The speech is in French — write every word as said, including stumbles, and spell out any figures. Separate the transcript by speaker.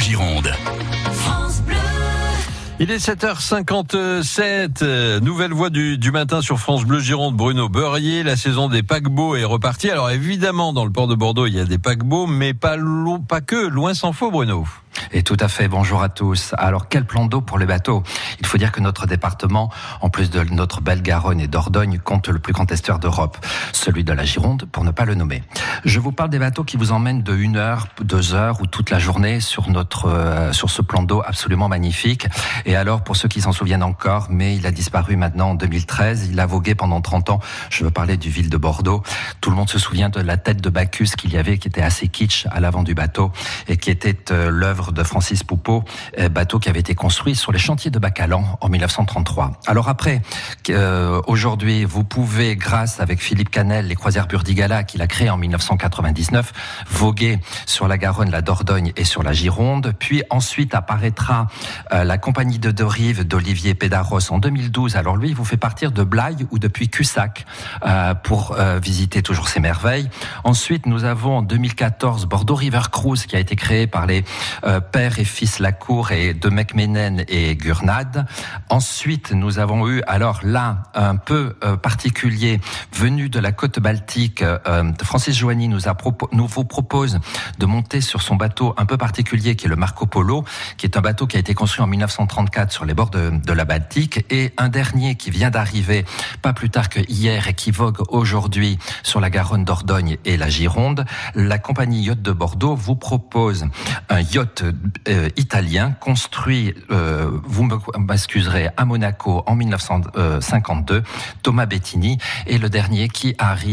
Speaker 1: Gironde.
Speaker 2: France Bleu.
Speaker 3: Il est sept heures cinquante-sept, euh, nouvelle voix du, du matin sur France Bleu Gironde. Bruno Beurrier, la saison des paquebots est repartie. Alors évidemment, dans le port de Bordeaux, il y a des paquebots, mais pas, lo- pas que, loin s'en faut, Bruno.
Speaker 4: Et tout à fait, bonjour à tous. Alors, quel plan d'eau pour les bateaux ? Il faut dire que notre département, en plus de notre belle Garonne et Dordogne, compte le plus grand estuaire d'Europe, celui de la Gironde, pour ne pas le nommer. Je vous parle des bateaux qui vous emmènent de une heure, deux heures ou toute la journée sur notre euh, sur ce plan d'eau absolument magnifique. Et alors, pour ceux qui s'en souviennent encore, mais il a disparu maintenant en deux mille treize, il a vogué pendant trente ans. Je veux parler du Ville de Bordeaux. Tout le monde se souvient de la tête de Bacchus qu'il y avait, qui était assez kitsch à l'avant du bateau et qui était euh, l'œuvre de Francis Poupeau, bateau qui avait été construit sur les chantiers de Bacalan en dix-neuf cent trente-trois. Alors après, euh, aujourd'hui, vous pouvez, grâce avec Philippe Canel, les croisières Burdigala qu'il a créé en dix-neuf cent quatre-vingt-dix-neuf, voguer sur la Garonne, la Dordogne et sur la Gironde. Puis ensuite apparaîtra euh, la compagnie de deux rives d'Olivier Pédarros en deux mille douze. Alors lui, il vous fait partir de Blaye ou depuis Cussac euh, pour euh, visiter toujours ces merveilles. Ensuite, nous avons en deux mille quatorze Bordeaux River Cruise qui a été créé par les euh, pères et fils Lacour et de Mecménen et Gurnade. Ensuite, nous avons eu, alors là, un peu euh, particulier, venu de la côte baltique, euh, Francis Joanny nous, a propo- nous vous propose de monter sur son bateau un peu particulier qui est le Marco Polo, qui est un bateau qui a été construit en dix-neuf cent trente-quatre sur les bords de, de la Baltique, et un dernier qui vient d'arriver pas plus tard que hier et qui vogue aujourd'hui sur la Garonne, Dordogne et la Gironde. La compagnie Yacht de Bordeaux vous propose un yacht Euh, italien construit, euh, vous m'excuserez, à Monaco en dix-neuf cent cinquante-deux, Thomas Bettini, et le dernier qui arrive